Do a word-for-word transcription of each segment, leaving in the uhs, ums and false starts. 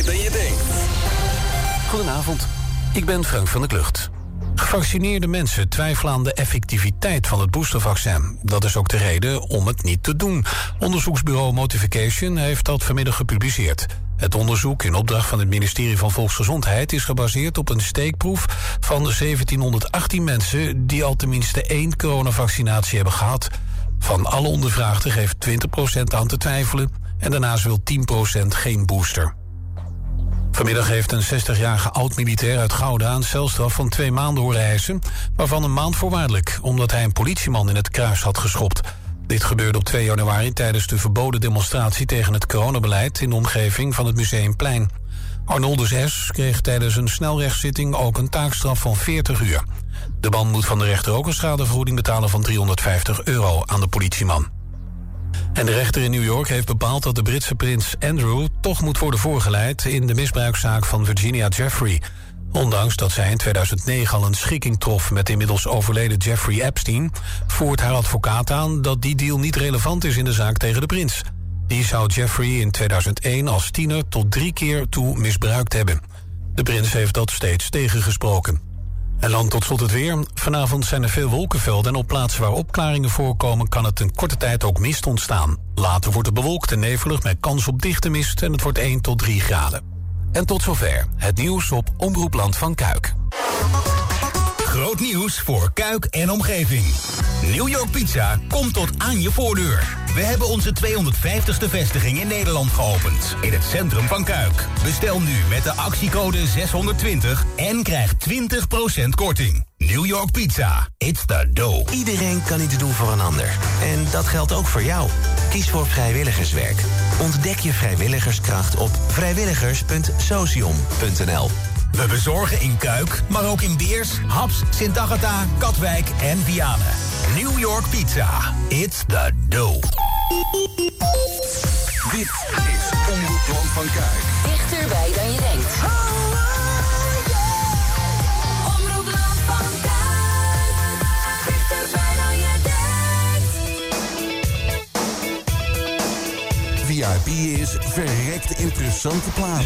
dan je denkt. Goedenavond, ik ben Frank van der Klucht. Gevaccineerde mensen twijfelen aan de effectiviteit van het boostervaccin. Dat is ook de reden om het niet te doen. Onderzoeksbureau Motification heeft dat vanmiddag gepubliceerd. Het onderzoek in opdracht van het ministerie van Volksgezondheid is gebaseerd op een steekproef van zeventienhonderdachttien mensen die al tenminste één coronavaccinatie hebben gehad. Van alle ondervraagden geeft twintig procent aan te twijfelen en daarnaast wil tien procent geen booster. Vanmiddag heeft een zestigjarige oud-militair uit Gouda een celstraf van twee maanden horen eisen, waarvan een maand voorwaardelijk, omdat hij een politieman in het kruis had geschopt. Dit gebeurde op twee januari tijdens de verboden demonstratie tegen het coronabeleid in de omgeving van het Museumplein. Arnoldus S. kreeg tijdens een snelrechtszitting ook een taakstraf van veertig uur. De man moet van de rechter ook een schadevergoeding betalen van driehonderdvijftig euro aan de politieman. En de rechter in New York heeft bepaald dat de Britse prins Andrew toch moet worden voorgeleid in de misbruikzaak van Virginia Giuffre. Ondanks dat zij in tweeduizend negen al een schikking trof met de inmiddels overleden Jeffrey Epstein, voert haar advocaat aan dat die deal niet relevant is in de zaak tegen de prins. Die zou Jeffrey in tweeduizend één als tiener tot drie keer toe misbruikt hebben. De prins heeft dat steeds tegengesproken. En dan tot slot het weer. Vanavond zijn er veel wolkenvelden en op plaatsen waar opklaringen voorkomen kan het een korte tijd ook mist ontstaan. Later wordt het bewolkt en nevelig met kans op dichte mist en het wordt één tot drie graden. En tot zover het nieuws op Omroepland van Kuik. Groot nieuws voor Kuik en omgeving. New York Pizza komt tot aan je voordeur. We hebben onze tweehonderdvijftigste vestiging in Nederland geopend. In het centrum van Kuik. Bestel nu met de actiecode zeshonderdtwintig en krijg twintig procent korting. New York Pizza. It's the dough. Iedereen kan iets doen voor een ander. En dat geldt ook voor jou. Kies voor vrijwilligerswerk. Ontdek je vrijwilligerskracht op vrijwilligers punt socion punt n l. We bezorgen in Kuik, maar ook in Beers, Haps, Sint-Agatha, Katwijk en Vianen. New York Pizza. It's the dough. Dit is Omroepland van Kuik. Dichterbij dan je denkt. Oh, oh, yeah. Omroepland van Kuik. Dichterbij dan je denkt. V I P is verrekt interessante platen.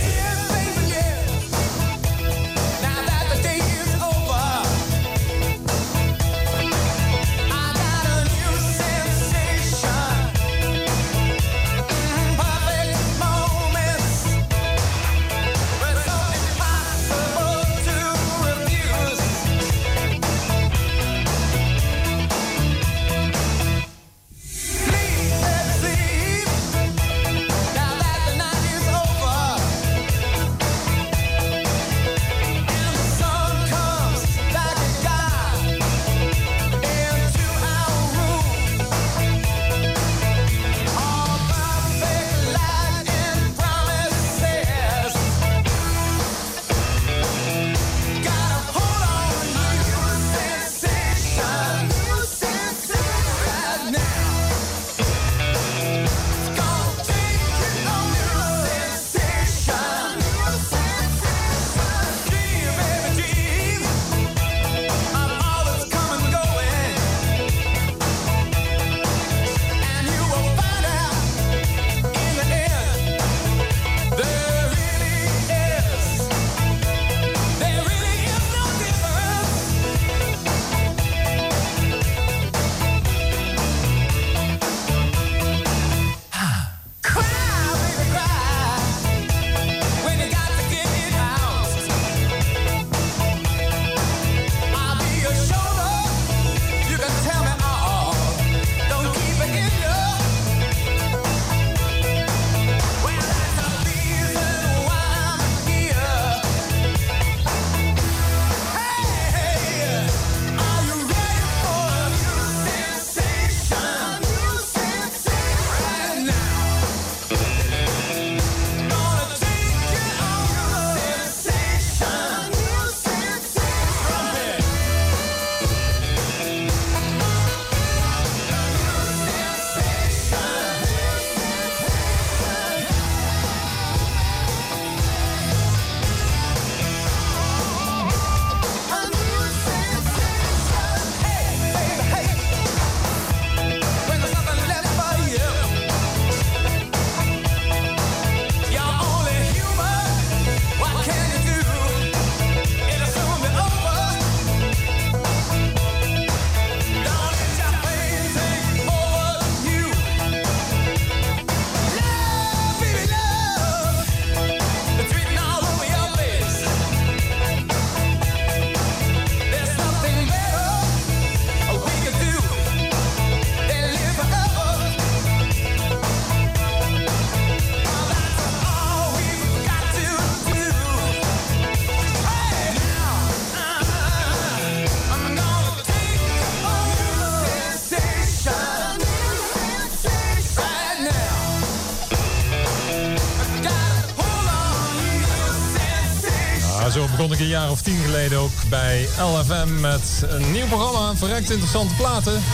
Ja, zo begon ik een jaar of tien geleden ook bij L F M met een nieuw programma, verrekt interessante platen.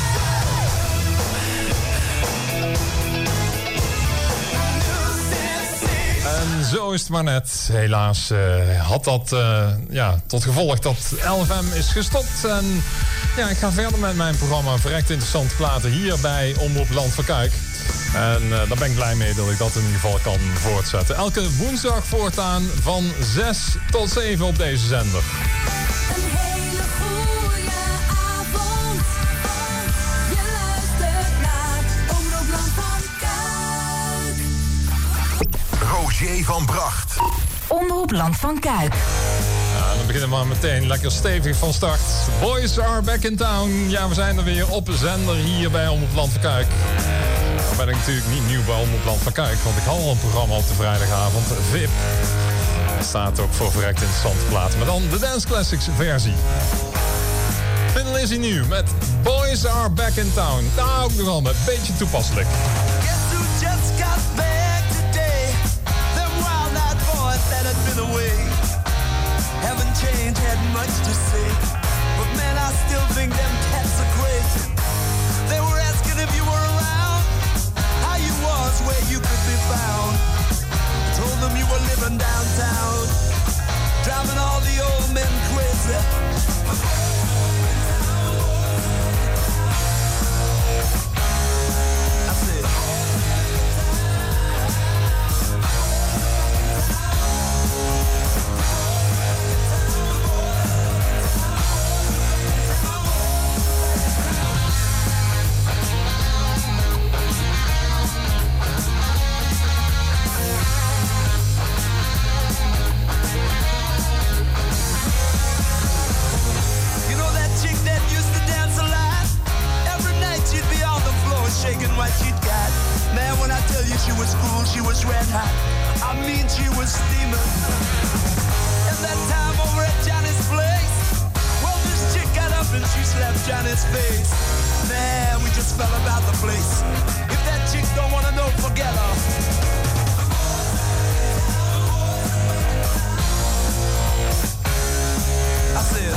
En zo is het maar net. Helaas uh, had dat uh, ja, tot gevolg dat L F M is gestopt. En ja, ik ga verder met mijn programma Verrekt Interessante Platen hier bij Omroep Land van Kuik. En uh, daar ben ik blij mee dat ik dat in ieder geval kan voortzetten. Elke woensdag voortaan van zes tot zeven op deze zender. Een hele goede avond. Je luistert naar Omroep Land van Kuik. Roger van Bracht. Omroep Land van Kuik. Ja, dan beginnen we maar meteen lekker stevig van start. Boys are back in town. Ja, we zijn er weer op zender hier bij Omroep Land van Kuik. Dan ben ik natuurlijk niet nieuw bij Omroep Land van Kuik, want ik had al een programma op de vrijdagavond, V I P. Dat staat ook voor verrekt interessante platen, maar dan de Dance Classics versie. Vinden is hij nu met Boys are back in town. Nou, ook nog wel een beetje toepasselijk. Guess who just got back today? Them wild-eyed boys that had been away. Haven't changed, had much to say. But man, I still think them cats are crazy. They were asking if you were around, how you was, where you could be found. Told them you were living downtown, driving all the old men crazy. I said, shaking what she'd got. Man, when I tell you she was cool, she was red hot. I mean, she was steaming. And that time over at Johnny's place, well, this chick got up and she slapped Johnny's face. Man, we just fell about the place. If that chick don't wanna know, forget her. I said,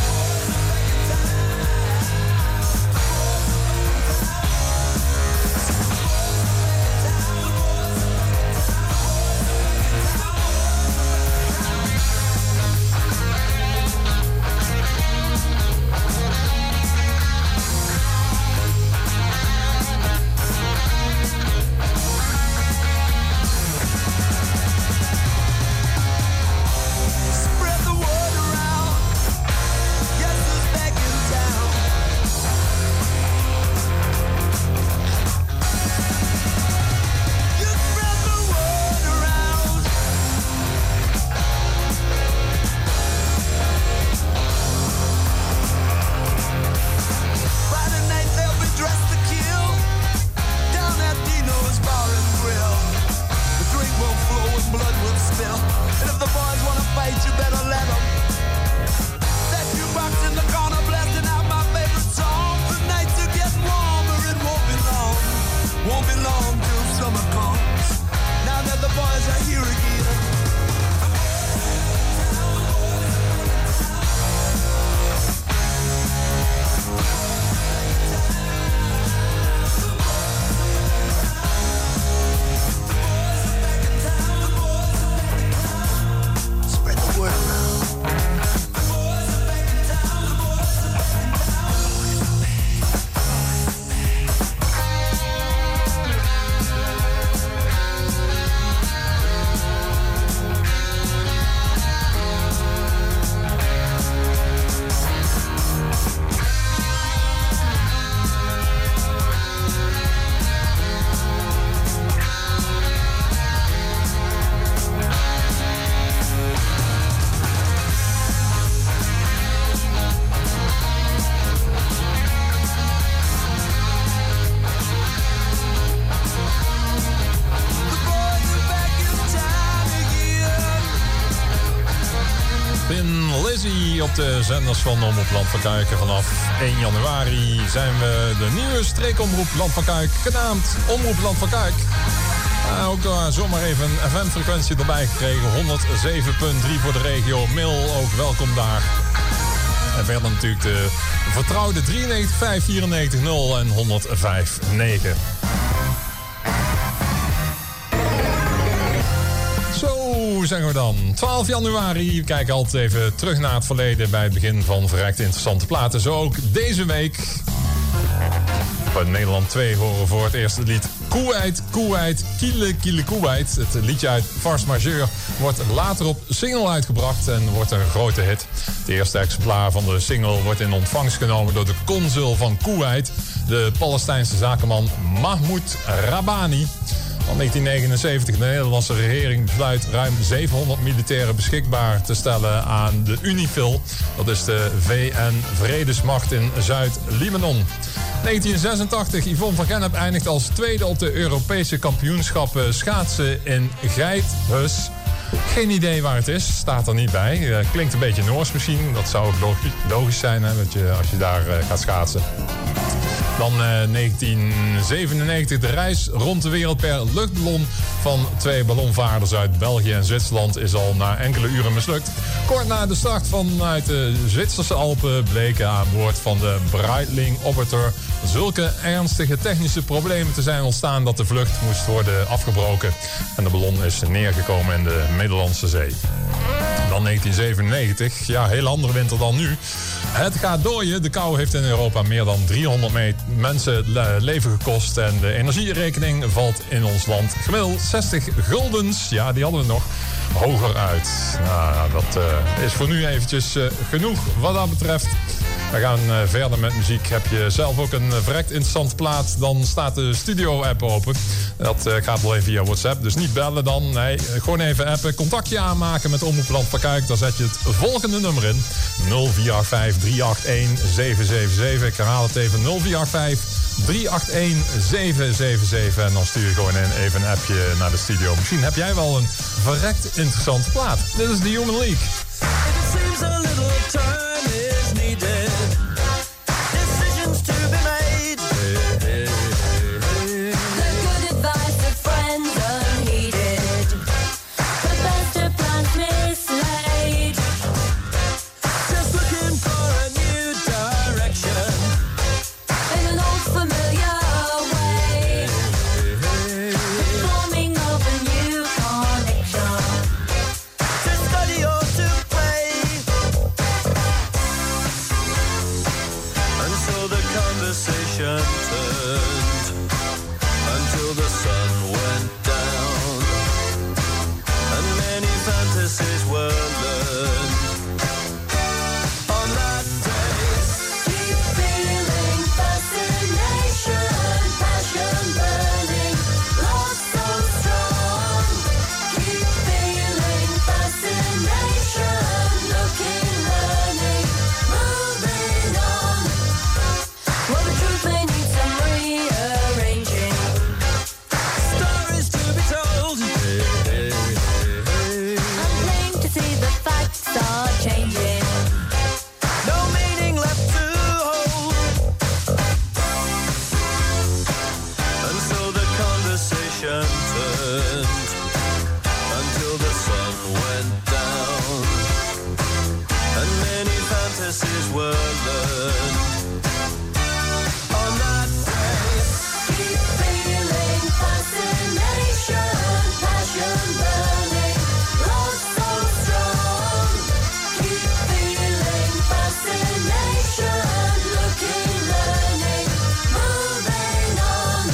op de zenders van Omroep Land van Kuik. Vanaf één januari zijn we de nieuwe streekomroep Land van Kuik, genaamd Omroep Land van Kuik. Uh, ook uh, zomaar even een F M-frequentie erbij gekregen. honderdzeven komma drie voor de regio. Mail ook welkom daar. En verder natuurlijk de vertrouwde drieënnegentig vijf vierennegentig nul en honderdvijf negen. Zo zeggen we dan. twaalf januari. We kijken altijd even terug naar het verleden bij het begin van verrekte interessante platen. Zo ook deze week. Bij Nederland twee horen we voor het eerst het lied Koeweit, Koeweit, Kiele, Kiele, Koeweit. Het liedje uit Force Majeure wordt later op single uitgebracht en wordt een grote hit. Het eerste exemplaar van de single wordt in ontvangst genomen door de consul van Koeweit, de Palestijnse zakenman Mahmoud Rabbani. Van negentien negenenzeventig, de Nederlandse regering besluit ruim zevenhonderd militairen beschikbaar te stellen aan de UNIFIL. Dat is de V N-vredesmacht in Zuid-Libanon. negentien zesentachtig, Yvonne van Gennep eindigt als tweede op de Europese kampioenschappen schaatsen in Geithus. Geen idee waar het is, staat er niet bij. Uh, klinkt een beetje Noors misschien, dat zou ook logisch, logisch zijn hè, dat je, als je daar uh, gaat schaatsen. Dan uh, negentien zevenennegentig, de reis rond de wereld per luchtballon van twee ballonvaarders uit België en Zwitserland is al na enkele uren mislukt. Kort na de start vanuit de Zwitserse Alpen bleken aan boord van de Breitling Orbiter zulke ernstige technische problemen te zijn ontstaan dat de vlucht moest worden afgebroken. En de ballon is neergekomen in de Middellandse Zee. Dan negentien zevenennegentig, ja, heel andere winter dan nu. Het gaat dooien. De kou heeft in Europa meer dan driehonderd mensen le- leven gekost. En de energierekening valt in ons land gemiddeld zestig guldens. Ja, die hadden we nog hoger uit. Nou, dat uh, is voor nu eventjes uh, genoeg wat dat betreft. We gaan uh, verder met muziek. Heb je zelf ook een uh, verrekt interessante plaat, dan staat de studio-app open. Dat uh, gaat wel even via WhatsApp, dus niet bellen dan. Nee, uh, gewoon even appen. Contactje aanmaken met Omroep Land van Kuik. Dan zet je het volgende nummer in. nul vier acht vijf drie acht een zeven zeven zeven. Ik herhaal het even. nul vier acht vijf drie acht een zeven zeven zeven. En dan stuur je gewoon in even een appje naar de studio. Misschien heb jij wel een verrekt interessante plaat. Dit is The Human League. It seems a little time is needed. Decisions to be made. The good advice of friends unheeded. The best of plans mislaid. Just looking for a new direction. In an old familiar way. The forming of a new connection. To study or to play. Until the conversation turned. Until the sun went down. And many fantasies were learned. On that day. Keep feeling fascination, passion burning, love so strong. Keep feeling fascination, looking, learning, moving on. Well, the truth may need some rearranging. Stories to be told. I'm plain to see the facts are changing. No meaning left to hold. And so the conversation turned. Until the sun went down. And many fantasies were learned. On that day. Keep feeling fascination, passion burning, love so strong. Keep feeling fascination, looking, learning, moving on.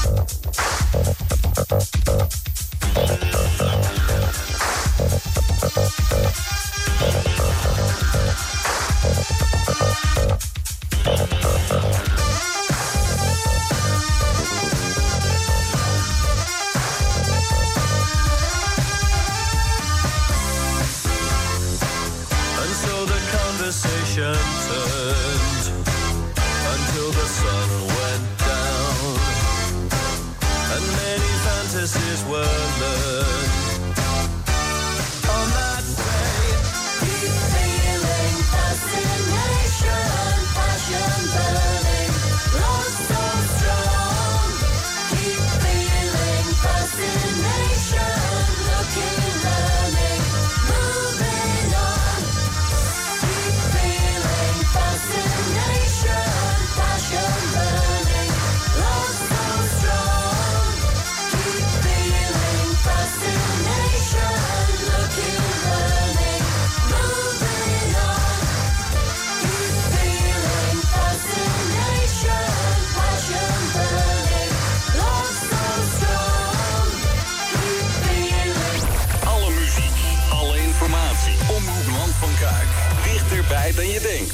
And so the conversation turned. Until the sun went down. And many fantasies were learned. On that day. Keep feeling fascination, passion burning, informatie. Omroep Land van Kuik. Dichterbij dan je denkt.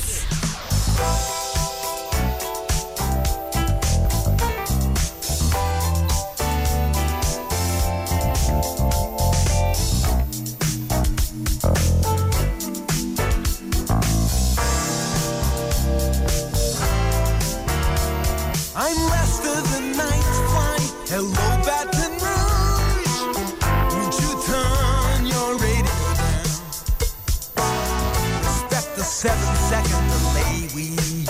I'm Lester, the night flight. Hello, Baton Rouge. Would you turn your radio down? Respect the seven-second delay we use.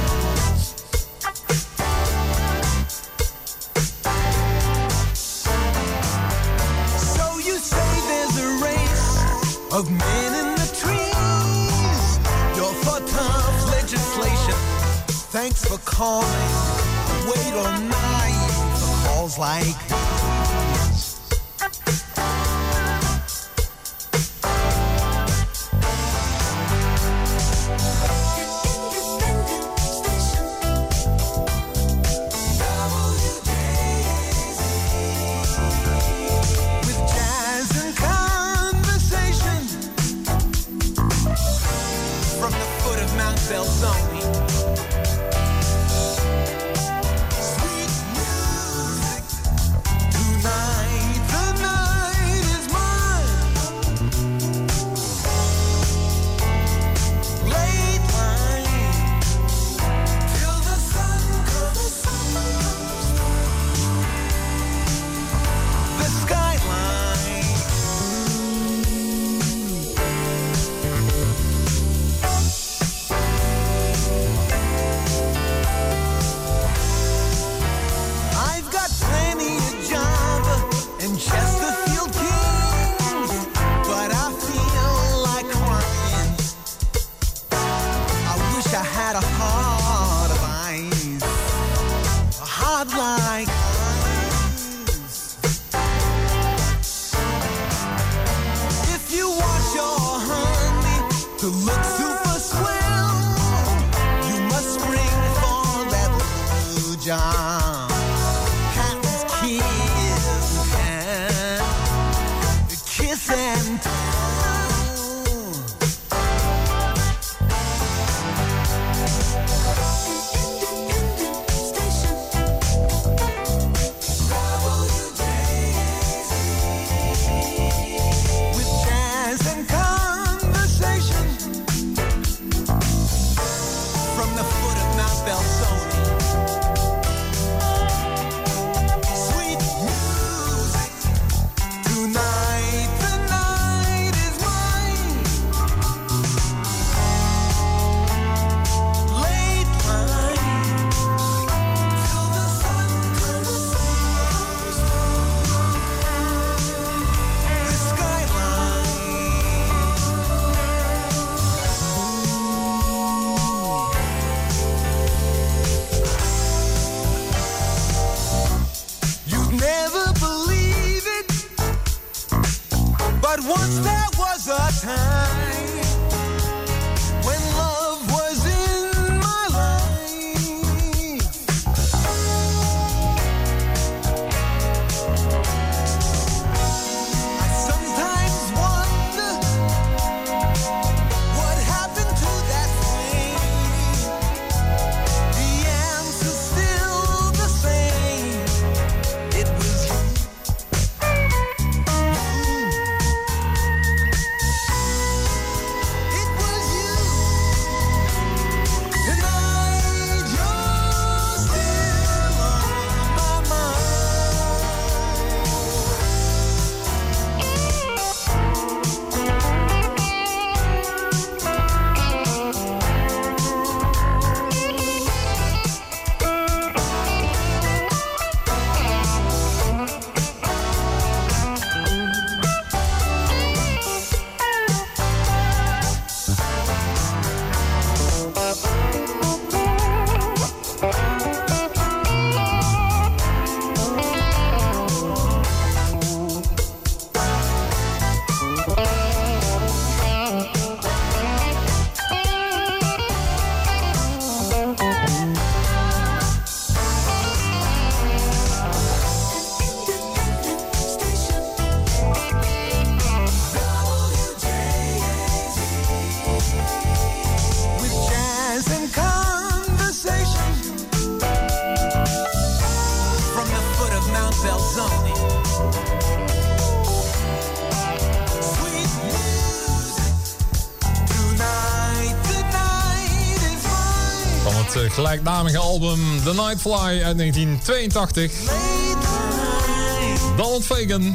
So you say there's a race of men in the trees. You're for tough legislation. Thanks for calling. Wait all night for calls like these. With jazz and conversation from the foot of Mount Belzoni. Like ice. If you want your honey to look super swell, you must spring for that blue John. Cotton's kiss and kiss and tell. het gelijknamige album The Nightfly uit negentien tweeëntachtig. Donald Fagen.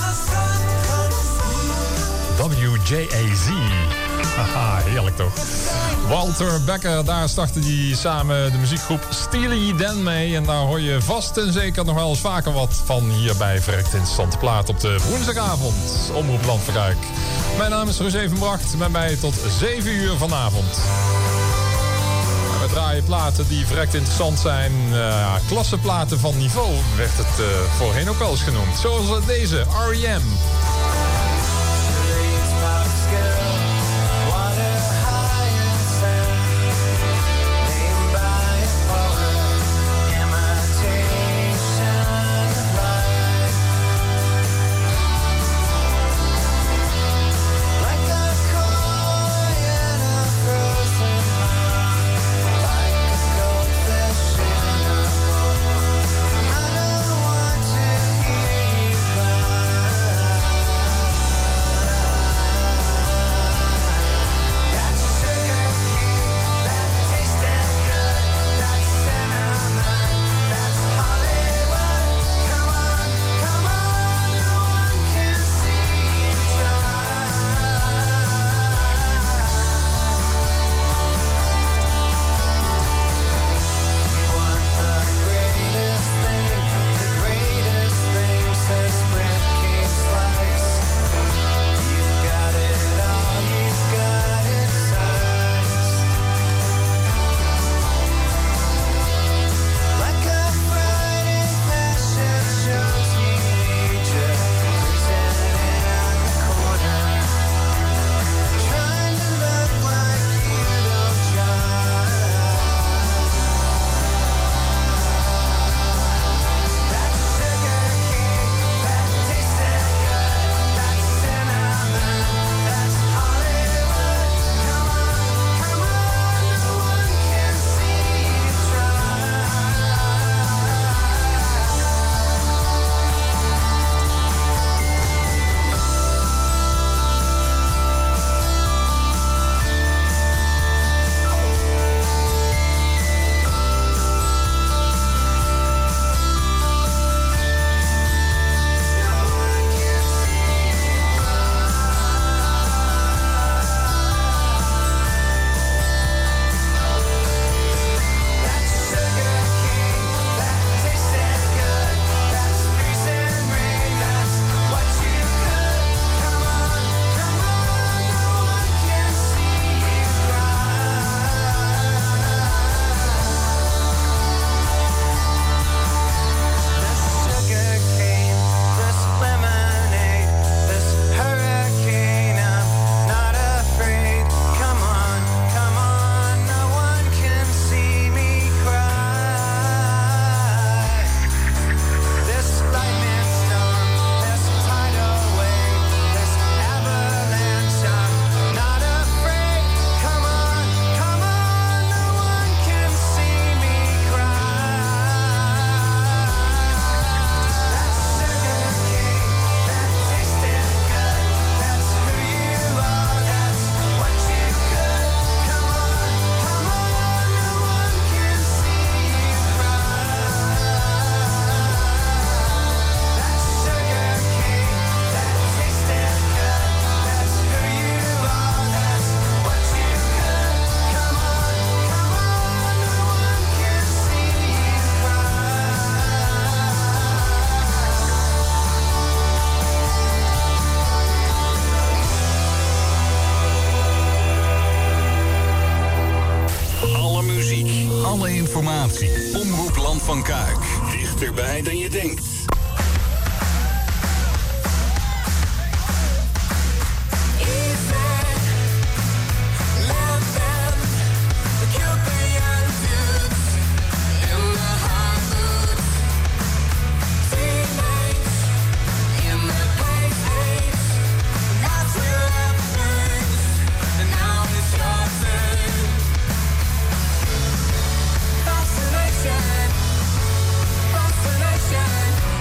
W J A Z. Haha, heerlijk toch. Walter Becker, daar startte hij samen de muziekgroep Steely Dan mee. En daar hoor je vast en zeker nog wel eens vaker wat van hier bij Verrekt Interessante Plaat op de woensdagavond. Omroep Land van Kuik. Mijn naam is Roos Evenbracht. Met mij tot zeven uur vanavond. We draaien platen die verrekt interessant zijn. Uh, klasseplaten van niveau werd het uh, voorheen ook wel eens genoemd. Zoals deze, R E M. informatie. Omroep Land van Kuik. Dichterbij dan je denkt. Fascination, fascination.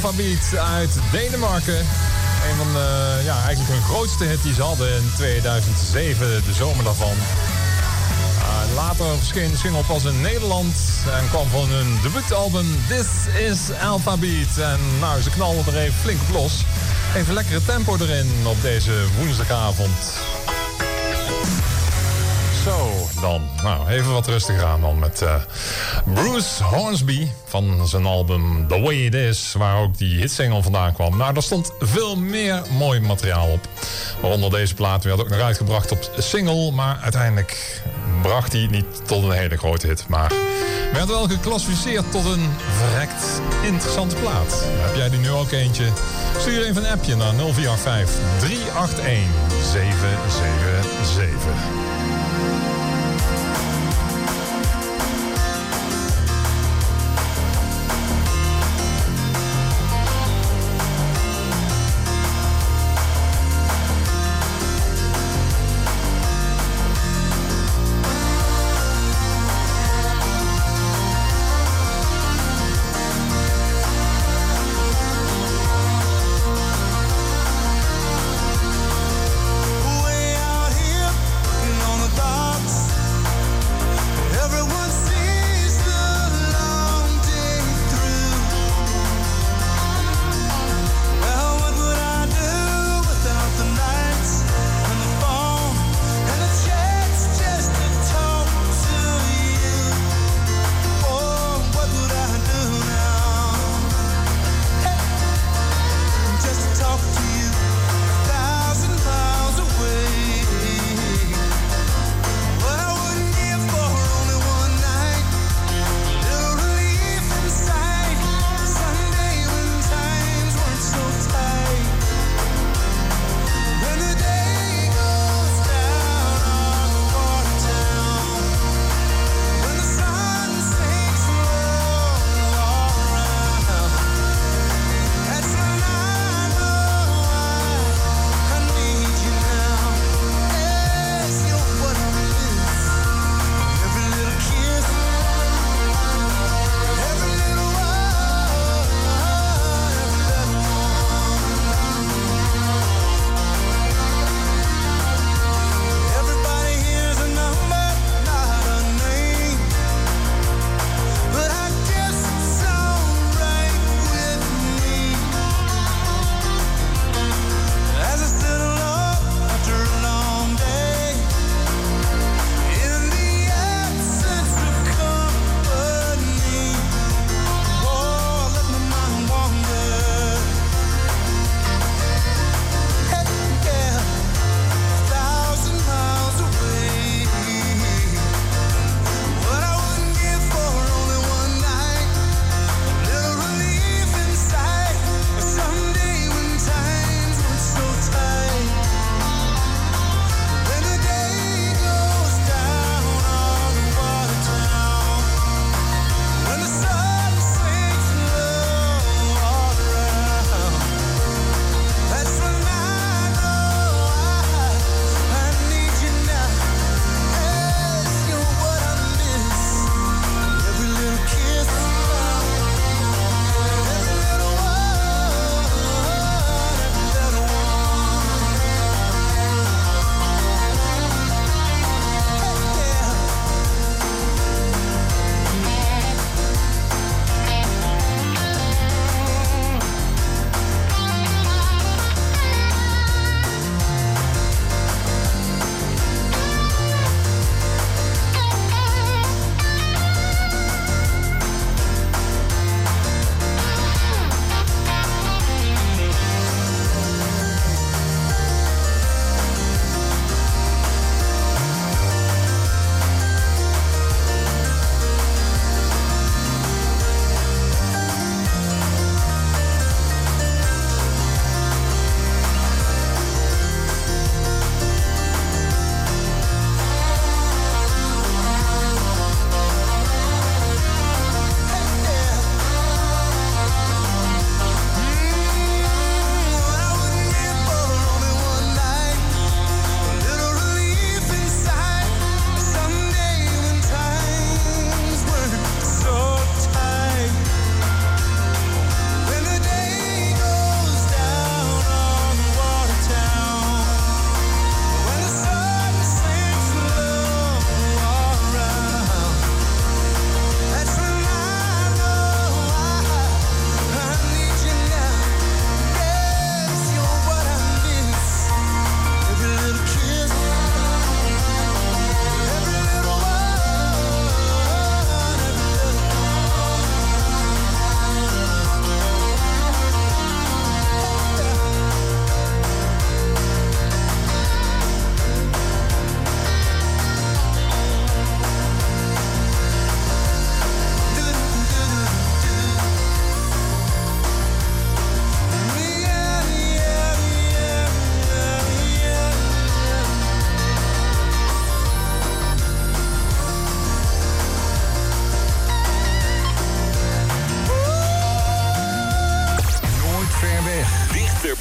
Alphabet uit Denemarken. Een van de, ja, eigenlijk hun grootste hit die ze hadden in tweeduizend zeven, de zomer daarvan. Uh, later verscheen de single pas in Nederland en kwam van hun debuutalbum This is Alphabet. En nou, ze knallen er even flink op los. Even lekkere tempo erin op deze woensdagavond. Zo, dan. Nou, even wat rustiger aan dan met uh, Bruce Hornsby van zijn album The Way It Is, waar ook die hitsingle vandaan kwam. Nou, daar stond veel meer mooi materiaal op. Waaronder deze plaat werd ook nog uitgebracht op single, maar uiteindelijk bracht hij niet tot een hele grote hit. Maar werd wel geclassificeerd tot een verrekt interessante plaat. Heb jij die nu ook eentje? Stuur even een appje naar nul vier acht vijf, drie acht een, zeven zeven zeven. Way out here, on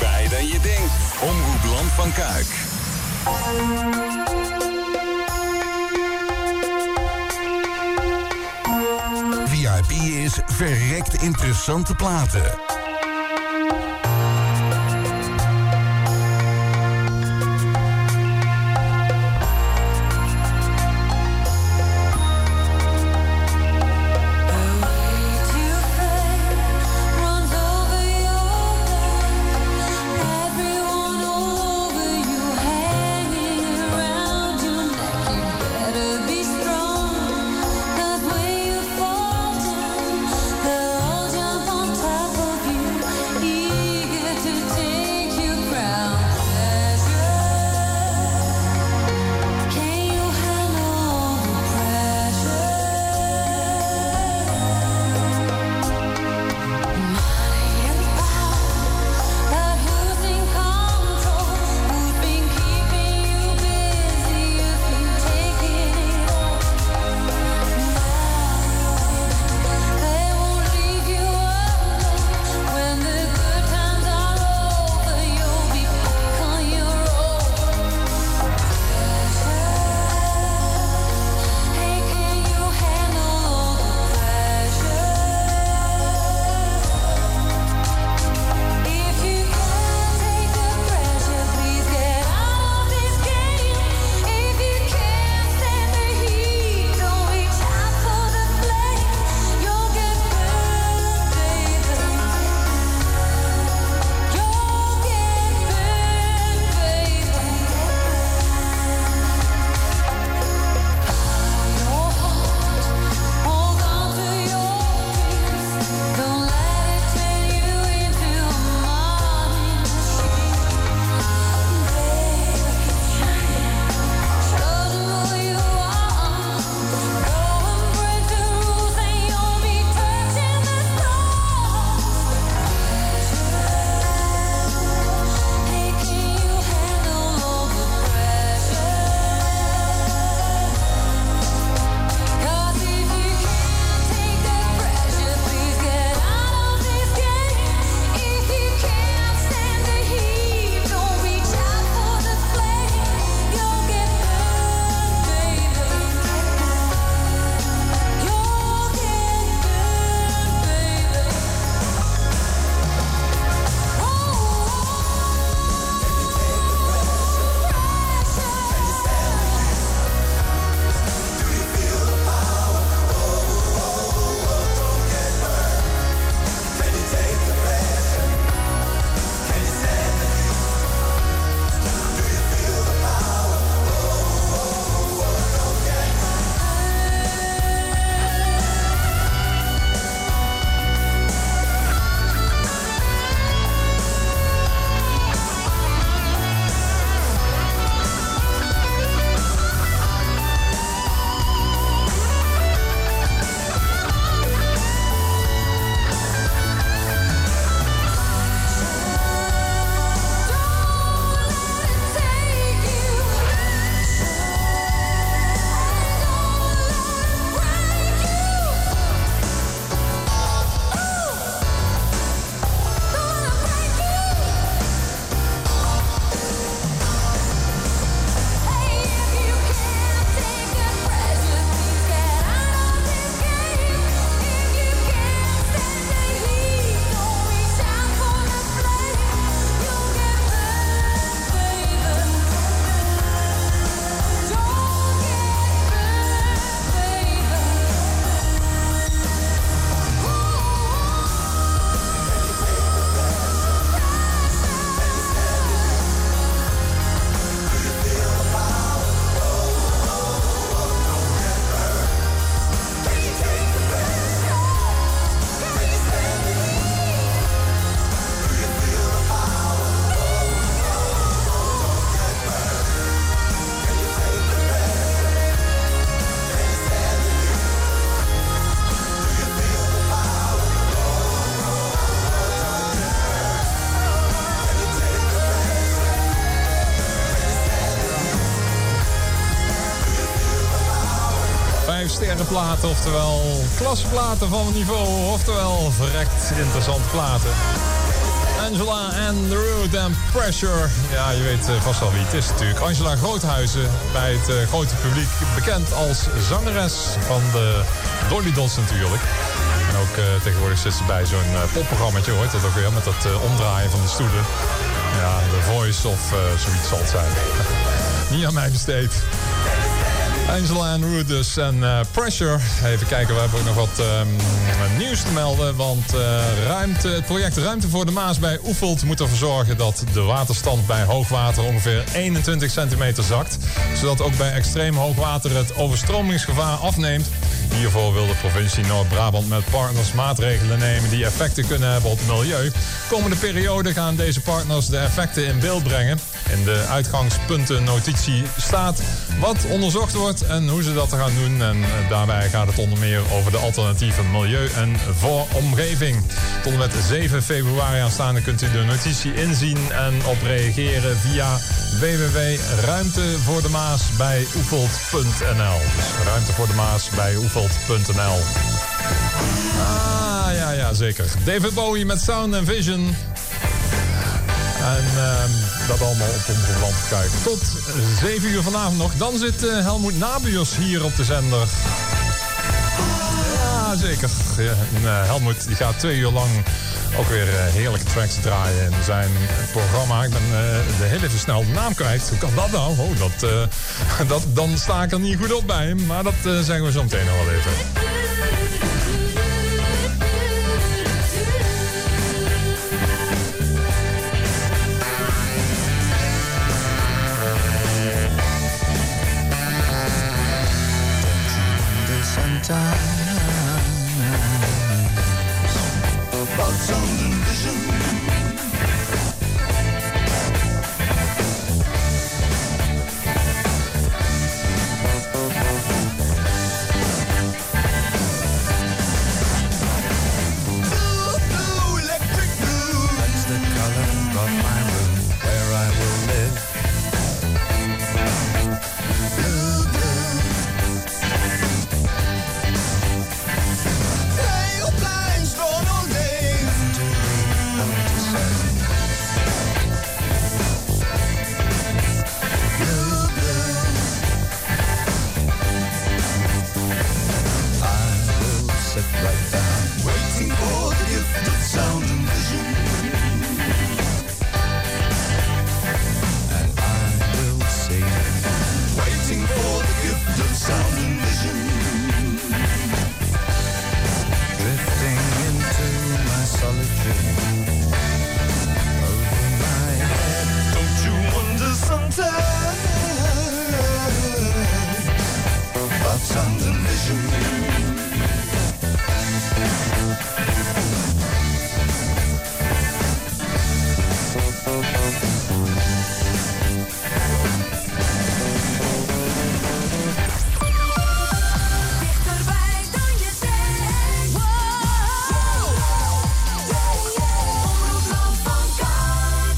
Dichterbij dan je denkt. Omroep Land van Kuik. V I P is verrekt interessante platen. sterrenplaten, oftewel klasplaten van niveau, oftewel verrekt interessante platen. Angela and the Root and Pressure. Ja, je weet uh, vast wel wie het is natuurlijk. Angela Groothuizen, bij het uh, grote publiek bekend als zangeres van de Dolly Dots natuurlijk. En ook uh, tegenwoordig zit ze bij zo'n uh, popprogrammaatje, hoort dat ook weer, met dat uh, omdraaien van de stoelen. Ja, The Voice of uh, zoiets zal het zijn. Niet aan mij besteed. Angela and Root dus en uh, Pressure. Even kijken, we hebben ook nog wat um, nieuws te melden. Want uh, ruimte, het project Ruimte voor de Maas bij Oefeld moet ervoor zorgen dat de waterstand bij hoogwater ongeveer eenentwintig centimeter zakt. Zodat ook bij extreem hoogwater het overstromingsgevaar afneemt. Hiervoor wil de provincie Noord-Brabant met partners maatregelen nemen die effecten kunnen hebben op het milieu. Komende periode gaan deze partners de effecten in beeld brengen. In de uitgangspuntennotitie staat wat onderzocht wordt en hoe ze dat gaan doen. En daarbij gaat het onder meer over de alternatieve milieu- en vormgeving. Tot en met zeven februari aanstaande kunt u de notitie inzien en op reageren via w w w punt ruimte voor de maas bij oefeld punt n l. Dus ruimte voor de maas bij oefeld punt n l. Ah, ja, ja, zeker. David Bowie met Sound and Vision. En uh, dat allemaal op Omroep Land Kuik. Tot zeven uur vanavond nog. Dan zit uh, Helmoet Nabios hier op de zender. Ja, zeker. Ja, en, uh, Helmoet die gaat twee uur lang ook weer uh, heerlijke tracks draaien in zijn programma. Ik ben uh, de hele versnelde naam kwijt. Hoe kan dat nou? Oh, dat, uh, dat, dan sta ik er niet goed op bij hem. Maar dat uh, zeggen we zo meteen nog wel even. About sound and vision. Blue, blue, electric blue. That's the color of my room where I will live. Blue, blue. Pale blinds drawn all day. Blue, blue. I will sit right down, waiting for the gift of sound and vision. And I will sing, waiting for the gift of sound and vision. Drifting into my solitude, over my head. Don't you wonder sometimes about sound and vision? Dichterbij dan je denkt. Wow. Omroep Land van Kuik.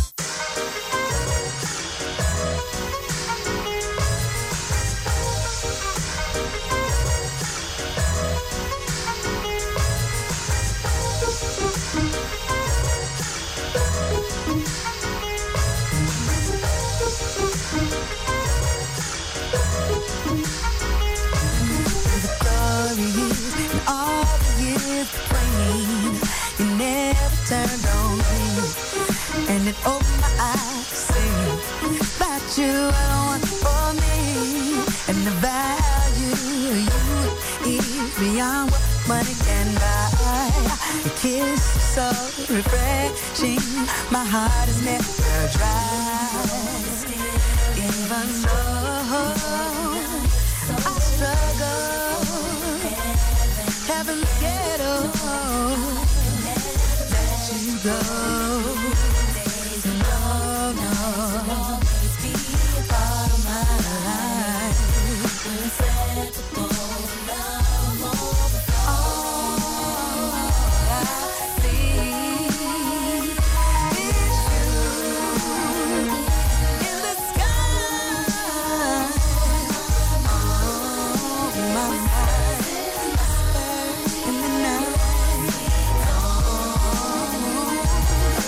And all the years playing, you never turned on me, and it opened my eyes to see about you alone for me, and the value of you is beyond what money can buy. Your kiss is so refreshing, my heart is never dry. Even though I struggle, heaven's ghetto, let you go. No, no, be a part of my life. All I see is you in the sky. Oh, my mind in the night.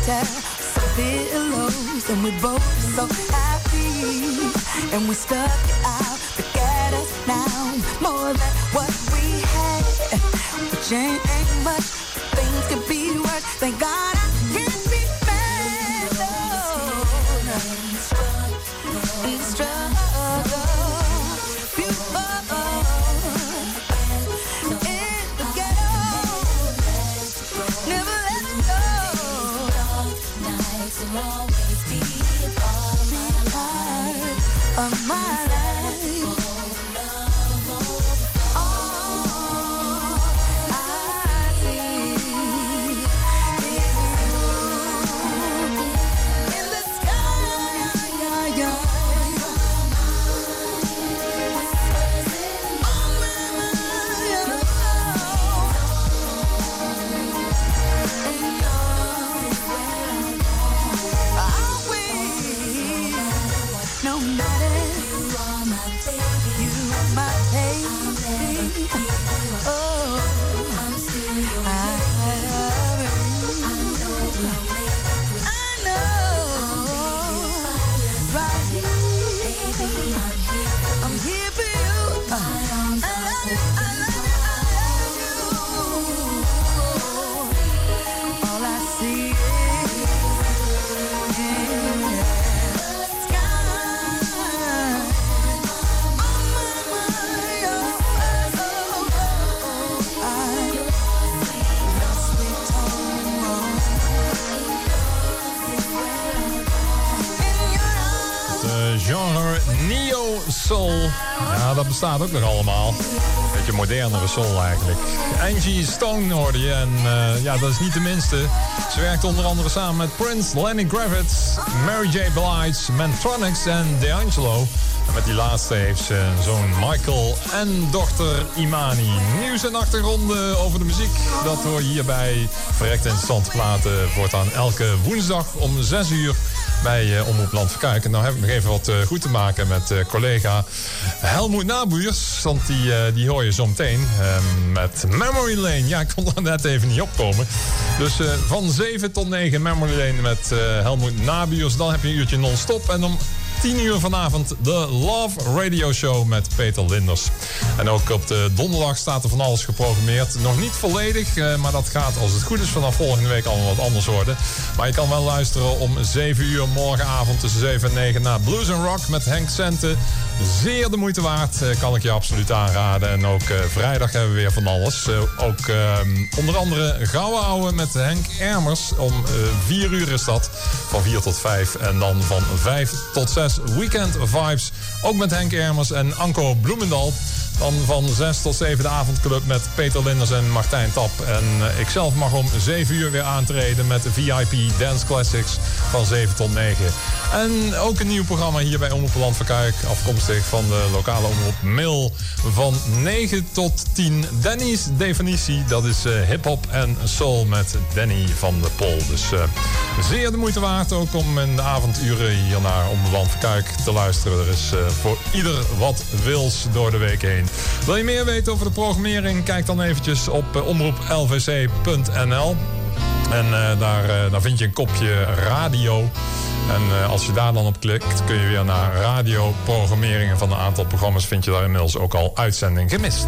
share some pillows, and we both so happy, and we stuck it out to get us now more than what we had. Which ain't, ain't much, things could be worse. Thank God I can't be mad. No, and struggle, you in the ghetto, never let go. Nights will always be a part of my life. Ja, dat bestaat ook nog allemaal. Beetje modernere soul eigenlijk. Angie Stone hoorde je. En uh, ja, dat is niet de minste. Ze werkt onder andere samen met Prince, Lenny Kravitz, Mary J. Blige, Mantronics en D'Angelo. En met die laatste heeft ze een zoon Michael en dochter Imani. Nieuws en achtergronden over de muziek. Dat hoor je hier bij Verrekt Interessante Platen. Voortaan elke woensdag om zes uur. Bij uh, Omroep Land van Kuik. En nou heb ik nog even wat uh, goed te maken met uh, collega Helmoet Nabuurs. Want die, uh, die hoor je zo meteen uh, met Memory Lane. Ja, ik kon er net even niet opkomen. Dus uh, van zeven tot negen Memory Lane met uh, Helmoet Nabuurs. Dan heb je een uurtje non-stop. En om tien uur vanavond de Love Radio Show met Peter Linders. En ook op de donderdag staat er van alles geprogrammeerd. Nog niet volledig, uh, maar dat gaat als het goed is vanaf volgende week allemaal wat anders worden. Maar je kan wel luisteren om zeven uur morgenavond tussen zeven en negen naar Blues and Rock met Henk Centen. Zeer de moeite waard, uh, kan ik je absoluut aanraden. En ook uh, vrijdag hebben we weer van alles. Uh, ook uh, onder andere Gouden Ouwe met Henk Ermers. Om uh, vier uur is dat. Van vier tot vijf. En dan van vijf tot zes Weekend Vibes. Ook met Henk Ermers en Anko Bloemendal. Dan van zes tot zeven de avondclub met Peter Linders en Martijn Tap. En uh, ikzelf mag om zeven uur weer aantreden met de V I P Dance Classics van zeven tot negen. En ook een nieuw programma hier bij Omroep Land van Kuik. Afkomstig van de lokale omroep Mail van negen tot tien. Danny's Definitie, dat is uh, hip-hop en soul met Danny van der Pol. Dus uh, zeer de moeite waard ook om in de avonduren hier naar Omroep Land van Kuik te luisteren. Er is uh, voor ieder wat wils door de week heen. Wil je meer weten over de programmering? Kijk dan eventjes op uh, omroep l v c punt n l. En uh, daar, uh, daar vind je een kopje radio. En uh, als je daar dan op klikt, kun je weer naar radioprogrammeringen van een aantal programma's. Vind je daar inmiddels ook al uitzending gemist.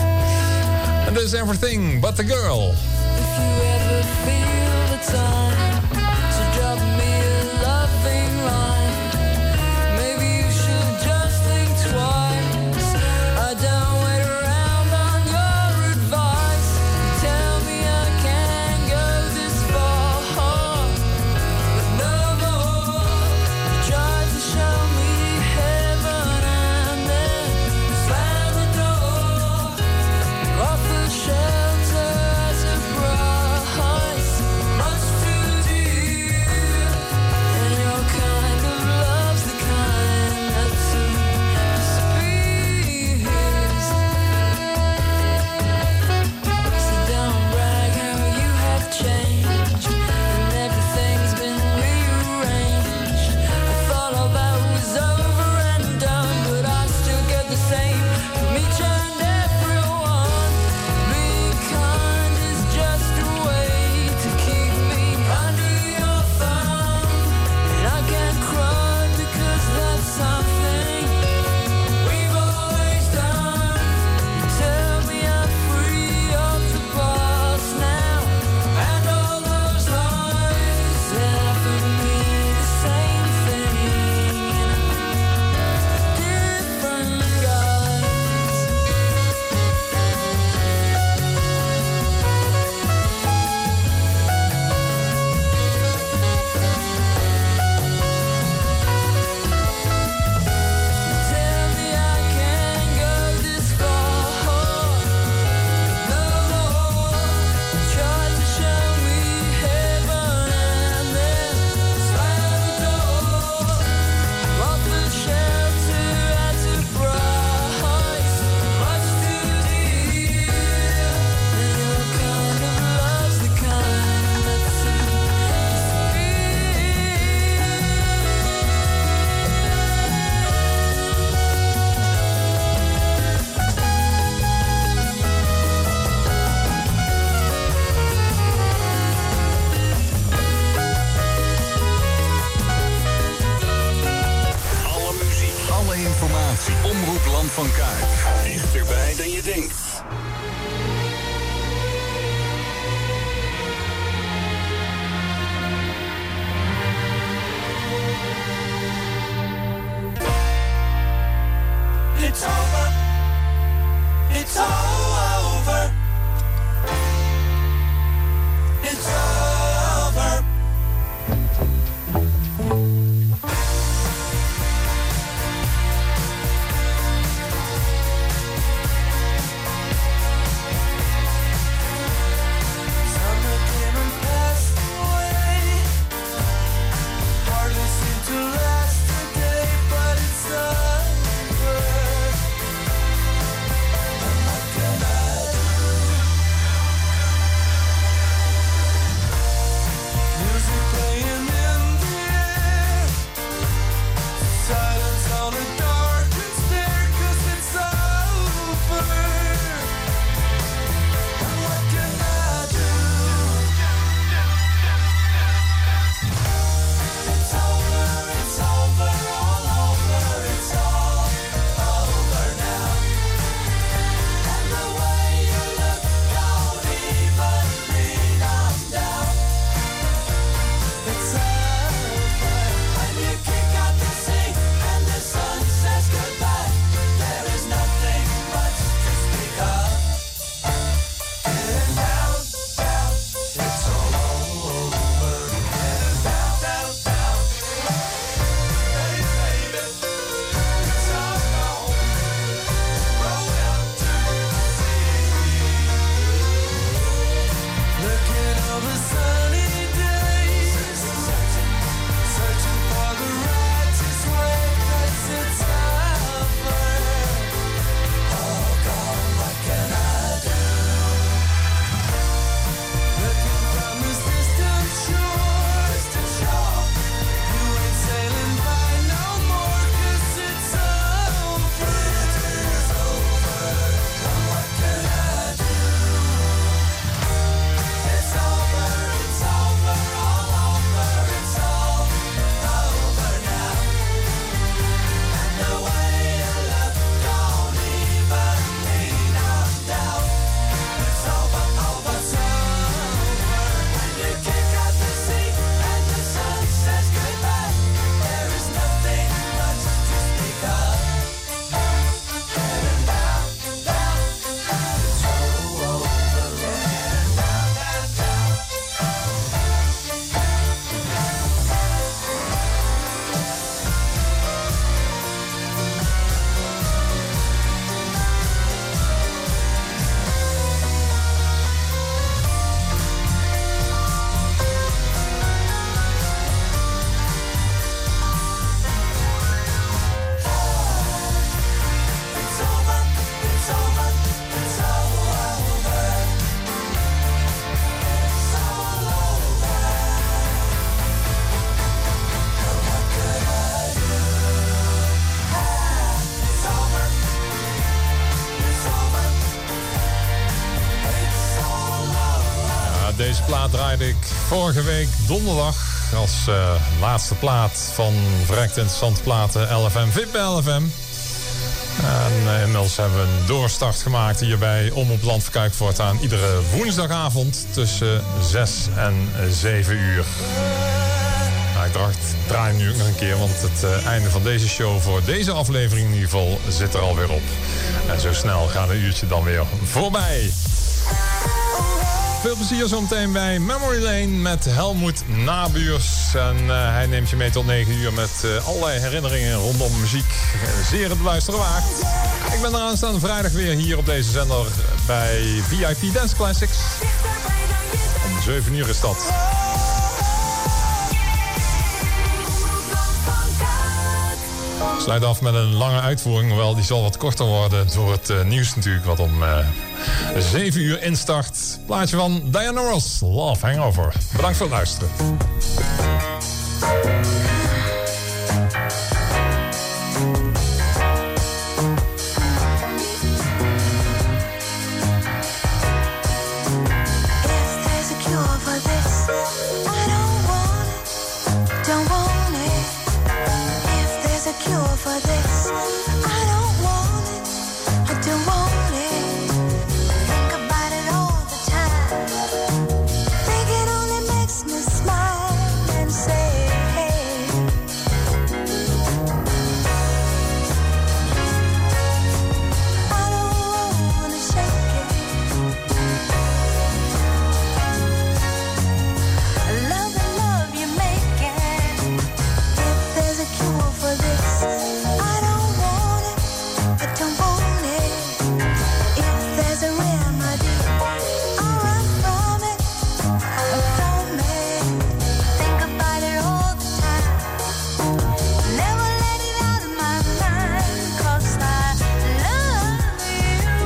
And this is Everything But The Girl. If you ever feel the time to drop me a loving line, maybe you should just think twice. I don't wait around on your advice. Tell me I can't go this far, but no more. You tried to show me heaven and then slam the door. You offer shelter as a price, much too informatie. Omroep Land van Kuik. Dichterbij dan je denkt. It's over. It's all over. It's over. Summer came and passed away. Hardly seemed to last a day, but it's over. And what can I do? Music playing in the air. Silence on a darkened stair, 'cause it's over. And what can I do? It's over, it's over, all over, it's all over now. And the way you look don't even mean I'm down. It's over when you kick out the sea and the sun says goodbye. There is nothing much to speak of. And down, down, it's all over. And down, down, down, hey baby, it's all gone. Roll out to sea. Looking over sunny days, searching for the righteous way, 'cause it's over. Oh God, what can I do? Looking from this distant shore, distant shore, you ain't sailing by no more, 'cause it's over. It is over. And what can I do? It's over, it's over, all over, it's all over now. And the way you look don't even mean I'm down. It's over, over, it's over. When you kick out the sea and the sun says goodbye, there is nothing much to speak of. And down, down, it's over. And down, down, down. It's over, it's over, it's all over. It's all over. And what could I do? It's over, it's over, it's all over. Ja, deze plaat draaide ik vorige week donderdag als eh, laatste plaat van Verrekt Interessante Platen L F M, V I P L F M. En eh, inmiddels hebben we een doorstart gemaakt hier bij Omroep Land van Kuik voortaan. Iedere woensdagavond tussen zes en zeven uur. Nou, ik dacht, draai hem nu nog een keer, want het eh, einde van deze show voor deze aflevering in ieder geval zit er alweer op. En zo snel gaat een uurtje dan weer voorbij. Veel plezier zometeen bij Memory Lane met Helmoet Nabuurs. En uh, hij neemt je mee tot negen uur met uh, allerlei herinneringen rondom muziek. Uh, zeer het beluisteren waard. Ik ben er aanstaande vrijdag weer hier op deze zender bij V I P Dance Classics. Om zeven uur is dat. Sluit af met een lange uitvoering, hoewel die zal wat korter worden door het uh, nieuws natuurlijk, wat om uh, zeven uur instart. Plaatje van Diana Ross, Love Hangover. Bedankt voor het luisteren. Don't want it. If there's a cure for this. I don't want it. I don't want it. Think about it all the time. Think it only makes me smile and say, hey. I don't wanna shake it. Love the love you make it. If there's a cure for this, I don't want it. I don't want it. If there's a remedy, I'll run from it, from it. Think about it all the time. Never let it out of my mind, 'cause I love you.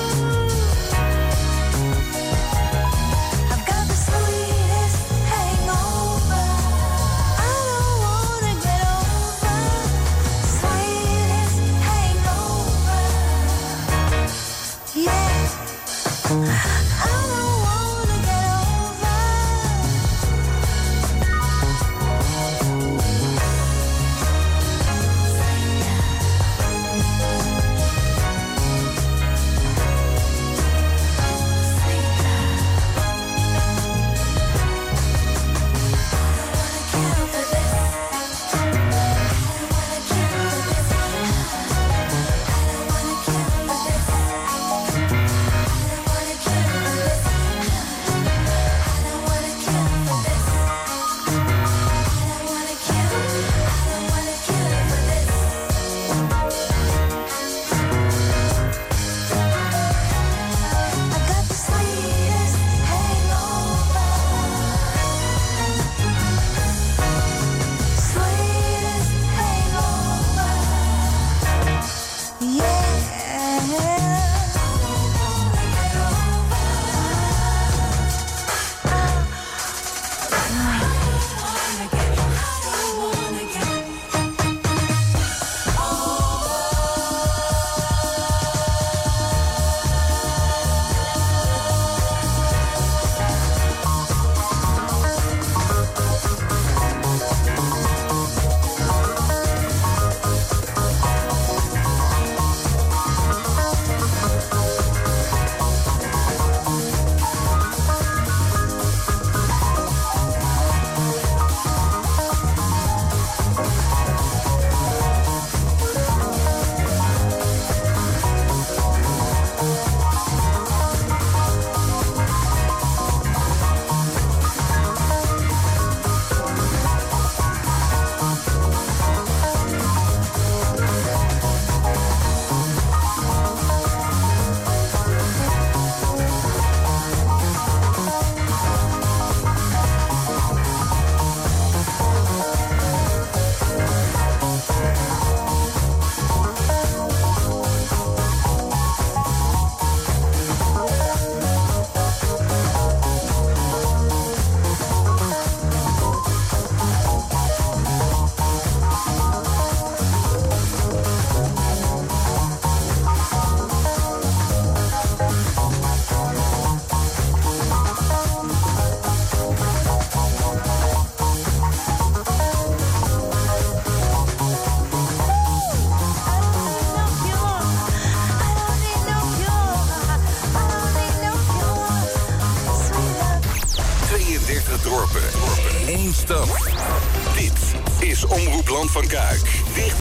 I've got the sweetest hangover. I don't wanna get over. Sweetest hangover. Yeah. I don't wanna get over. I got the sweetest hangover. Sweetest hangover. Yeah. tweeëndertig dorpen. Eén stad. Dit is Omroep Land van Kuik. Dicht